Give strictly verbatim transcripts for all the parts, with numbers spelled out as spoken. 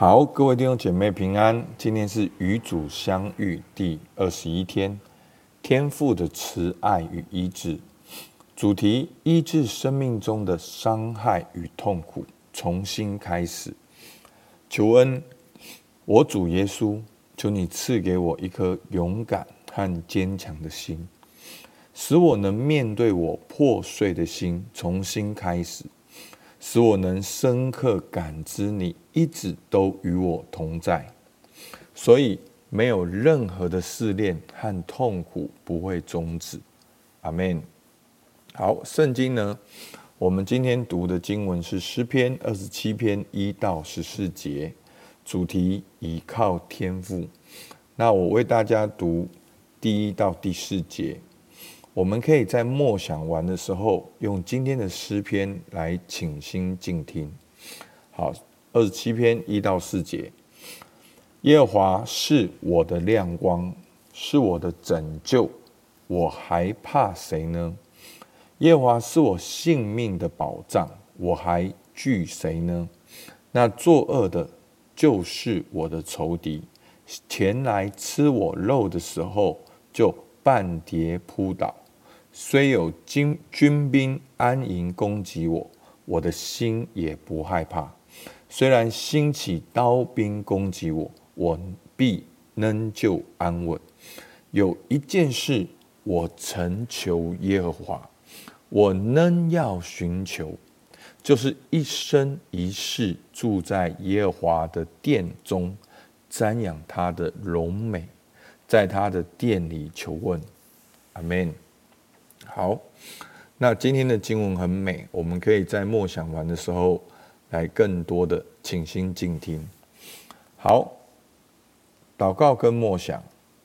好，各位弟兄姐妹平安。今天是与主相遇第二十一天，天父的慈爱与医治。主题：医治生命中的伤害与痛苦，重新开始。求恩，我主耶稣，求你赐给我一颗勇敢和坚强的心，使我能面对我破碎的心，重新开始。使我能深刻感知你一直都与我同在，所以没有任何的试炼和痛苦不会终止。阿们。好，圣经呢，我们今天读的经文是诗篇二十七篇一到十四节，主题倚靠天父。那我为大家读第一到第四节。我们可以在默想完的时候，用今天的诗篇来倾心静听。好，二十七篇一到四节，耶和华是我的亮光，是我的拯救，我还怕谁呢？耶和华是我性命的保障，我还惧谁呢？那作恶的，就是我的仇敌，前来吃我肉的时候，就半跌扑倒。虽有军军兵安营攻击我，我的心也不害怕。虽然兴起刀兵攻击我，我必仍旧安稳。有一件事我曾求耶和华，我仍要寻求，就是一生一世住在耶和华的殿中，瞻仰他的荣美，在他的殿里求问。阿们。好，那今天的经文很美，我们可以在默想完的时候来更多的倾心静听。好，祷告跟默想。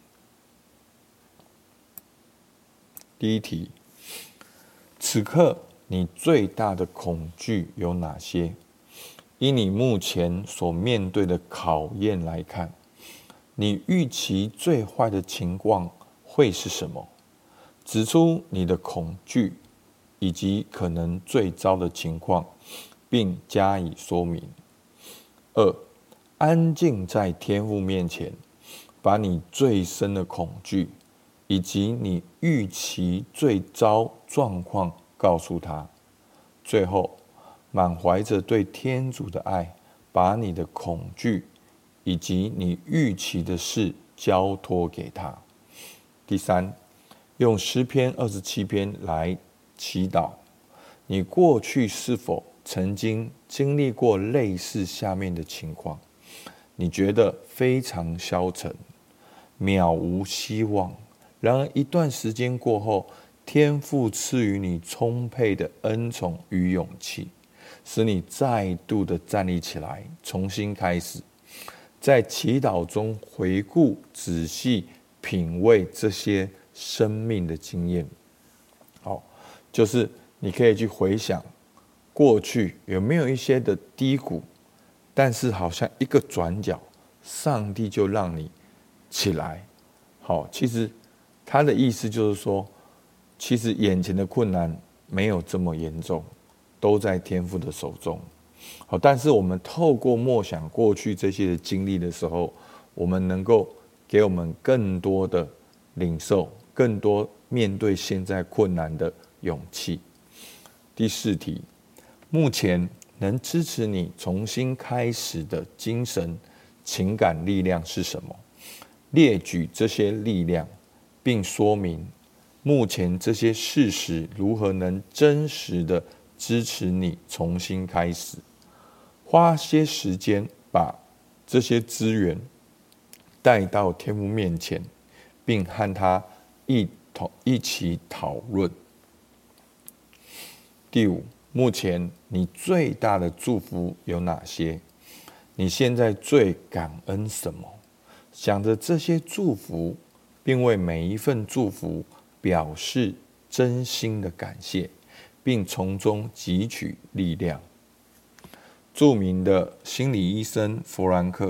第一题，此刻你最大的恐惧有哪些？以你目前所面对的考验来看，你预期最坏的情况会是什么？指出你的恐惧以及可能最糟的情况，并加以说明。二，安静在天父面前，把你最深的恐惧以及你预期最糟状况告诉他。最后，满怀着对天主的爱，把你的恐惧以及你预期的事交托给他。第三，用诗篇二十七篇来祈祷。你过去是否曾经经历过类似下面的情况？你觉得非常消沉，渺无希望。然而一段时间过后，天父赐予你充沛的恩宠与勇气，使你再度的站立起来，重新开始。在祈祷中回顾、仔细品味这些生命的经验。好，就是你可以去回想过去有没有一些的低谷，但是好像一个转角，上帝就让你起来。好，其实他的意思就是说，其实眼前的困难没有这么严重，都在天父的手中。好，但是我们透过默想过去这些的经历的时候，我们能够给我们更多的领受，更多面对现在困难的勇气。第四题，目前能支持你重新开始的精神、情感力量是什么？列举这些力量，并说明目前这些事实如何能真实的支持你重新开始。花些时间把这些资源带到天父面前，并和他一同一起讨论。第五，目前你最大的祝福有哪些？你现在最感恩什么？想着这些祝福，并为每一份祝福表示真心的感谢，并从中汲取力量。著名的心理医生弗兰克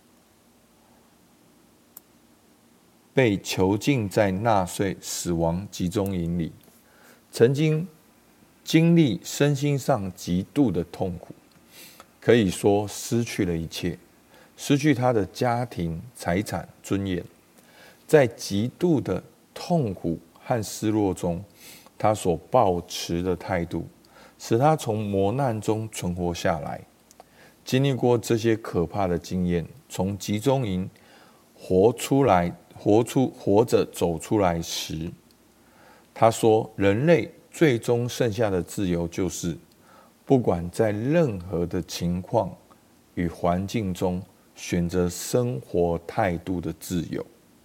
被囚禁在纳粹死亡集中营里，曾经经历身心上极度的痛苦，可以说失去了一切。 失去他的家庭、财产、尊严，在极度的痛苦和失落中，他所抱持的态度，使他从磨难中存活下来。经历过这些可怕的经验，从集中营活出来、活出、活着走出来时，他说：“人类最终剩下的自由，就是不管在任何的情况与环境中，选择生活态度的自由。”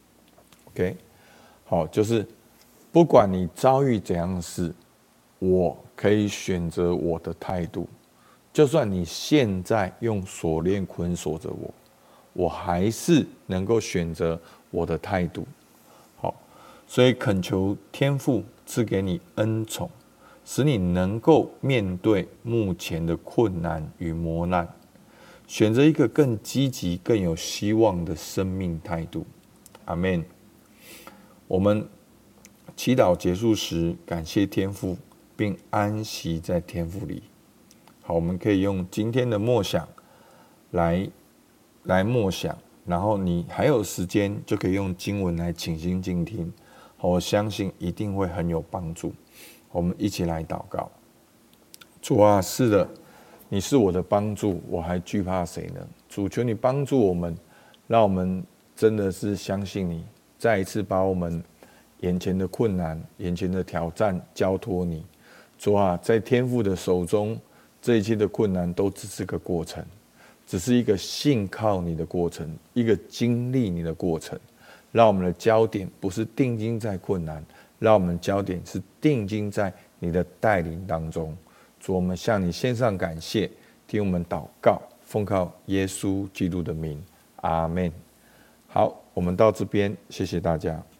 OK， 好，就是不管你遭遇怎样的事，我可以选择我的态度。就算你现在用锁链捆锁着我，我还是能够选择我的态度。好，所以恳求天父赐给你恩宠，使你能够面对目前的困难与磨难，选择一个更积极、更有希望的生命态度。阿们。我们祈祷结束时，感谢天父，并安息在天父里。好，我们可以用今天的默想来来默想，然后你还有时间就可以用经文来倾心静听。好，我相信一定会很有帮助。我们一起来祷告。主啊，是的，你是我的帮助，我还惧怕谁呢？主，求你帮助我们，让我们真的是相信你，再一次把我们眼前的困难、眼前的挑战交托你。主啊，在天父的手中，这一切的困难都只是个过程，只是一个信靠你的过程，一个经历你的过程。让我们的焦点不是定睛在困难，让我们的焦点是定睛在你的带领当中。主，我们向你献上感谢，听我们祷告，奉靠耶稣基督的名，阿们。好，我们到这边，谢谢大家。